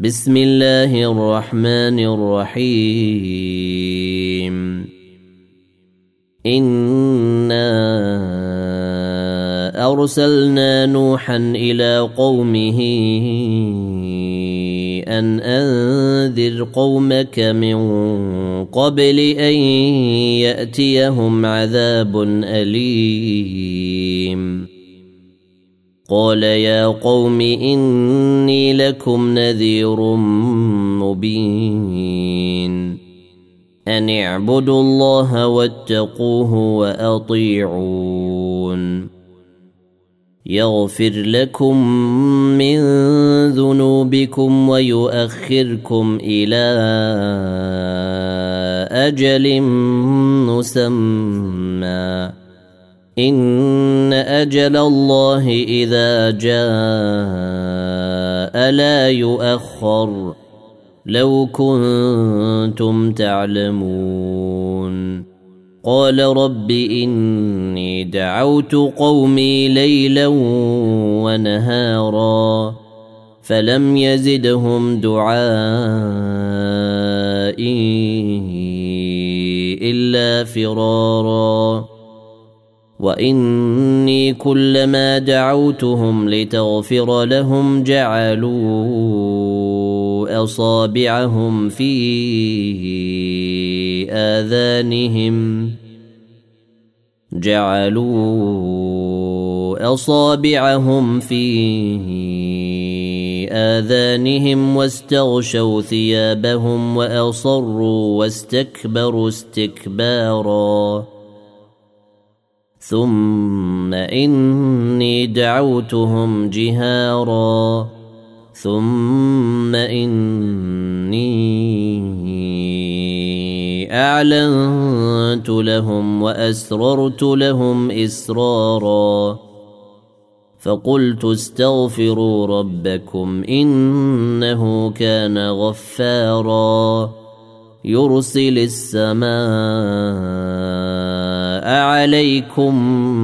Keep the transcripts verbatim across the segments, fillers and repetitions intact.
بسم الله الرحمن الرحيم. إنا أرسلنا نوحا إلى قومه أن أنذر قومك من قبل أن يأتيهم عذاب أليم. قال يا قوم إني لكم نذير مبين أن اعبدوا الله واتقوه وأطيعون يغفر لكم من ذنوبكم ويؤخركم إلى أجل مسمى إن أجل الله إذا جاء لا يؤخر لو كنتم تعلمون. قال رب إني دعوت قومي ليلا ونهارا فلم يزدهم دعائي إلا فرارا وإني كلما دعوتهم لتغفر لهم جعلوا أصابعهم في آذانهم جعلوا أصابعهم في آذانهم واستغشوا ثيابهم وأصروا واستكبروا استكبارا ثم إني دعوتهم جهارا ثم إني أعلنت لهم وأسررت لهم إسرارا فقلت استغفروا ربكم إنه كان غفارا يرسل السماء عليكم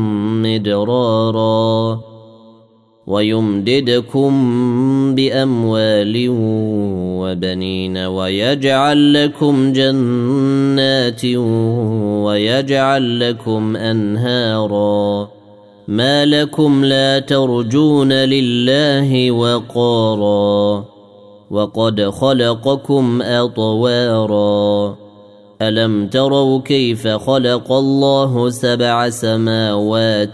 مدرارا ويمددكم بأموال وبنين ويجعل لكم جنات ويجعل لكم أنهارا ما لكم لا ترجون لله وقارا وقد خلقكم أطوارا ألم تروا كيف خلق الله سبع سماوات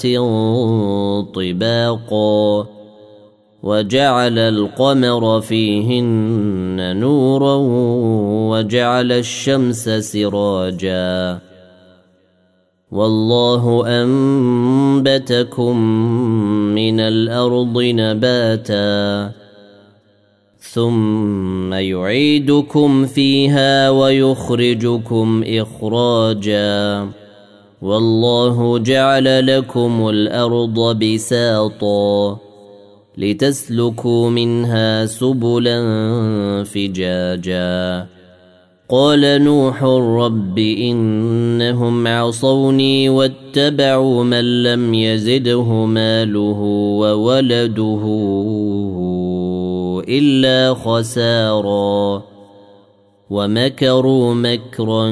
طباقا وجعل القمر فيهن نورا وجعل الشمس سراجا والله أنبتكم من الأرض نباتا ثم يعيدكم فيها ويخرجكم إخراجا والله جعل لكم الأرض بساطا لتسلكوا منها سبلا فجاجا قال نوح رب إنهم عصوني واتبعوا من لم يزده ماله وولده إلا خسارا ومكروا مكرا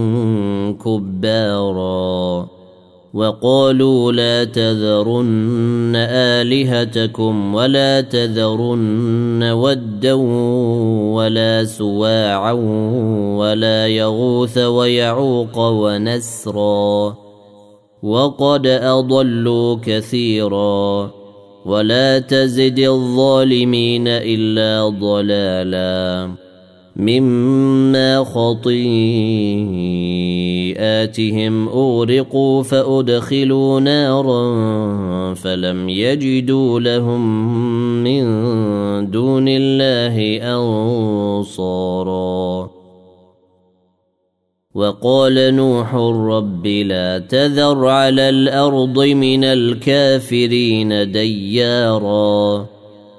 كبارا وقالوا لا تذرن آلهتكم ولا تذرن ودا ولا سواعا ولا يغوث ويعوق ونسرا وقد أضلوا كثيرا ولا تزد الظالمين إلا ضلالا مما خطيئاتهم أغرقوا فأدخلوا نارا فلم يجدوا لهم من دون الله أنصارا وقال نوح رب لا تذر على الأرض من الكافرين ديارا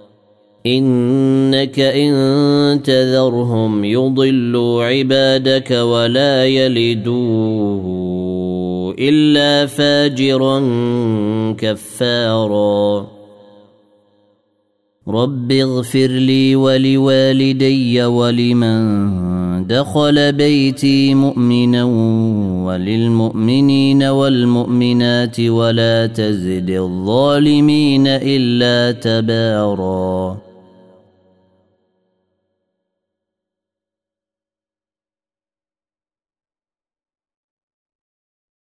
إنك إن تذرهم يضلوا عبادك ولا يلدوا إلا فاجرا كفارا رب اغفر لي ولوالدي ولمن دخل بيتي مؤمنا وللمؤمنين والمؤمنات ولا تزد الظالمين إلا تباراً.